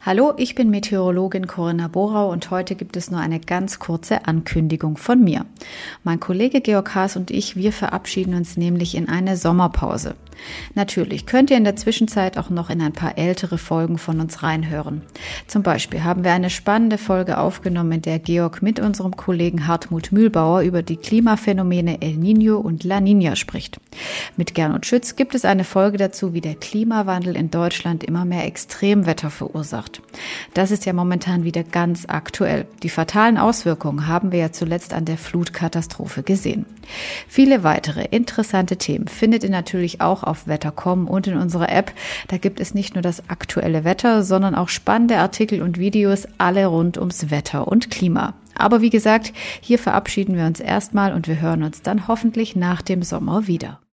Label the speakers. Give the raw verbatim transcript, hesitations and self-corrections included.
Speaker 1: Hallo, ich bin Meteorologin Corinna Borau und heute gibt es nur eine ganz kurze Ankündigung von mir. Mein Kollege Georg Haas und ich, wir verabschieden uns nämlich in eine Sommerpause. Natürlich könnt ihr in der Zwischenzeit auch noch in ein paar ältere Folgen von uns reinhören. Zum Beispiel haben wir eine spannende Folge aufgenommen, in der Georg mit unserem Kollegen Hartmut Mühlbauer über die Klimaphänomene El Niño und La Niña spricht. Mit Gernot Schütz gibt es eine Folge dazu, wie der Klimawandel in Deutschland immer mehr Extremwetter verursacht. Das ist ja momentan wieder ganz aktuell. Die fatalen Auswirkungen haben wir ja zuletzt an der Flutkatastrophe gesehen. Viele weitere interessante Themen findet ihr natürlich auch auf wetter punkt com und in unserer App. Da gibt es nicht nur das aktuelle Wetter, sondern auch spannende Artikel und Videos, alle rund ums Wetter und Klima. Aber wie gesagt, hier verabschieden wir uns erstmal und wir hören uns dann hoffentlich nach dem Sommer wieder.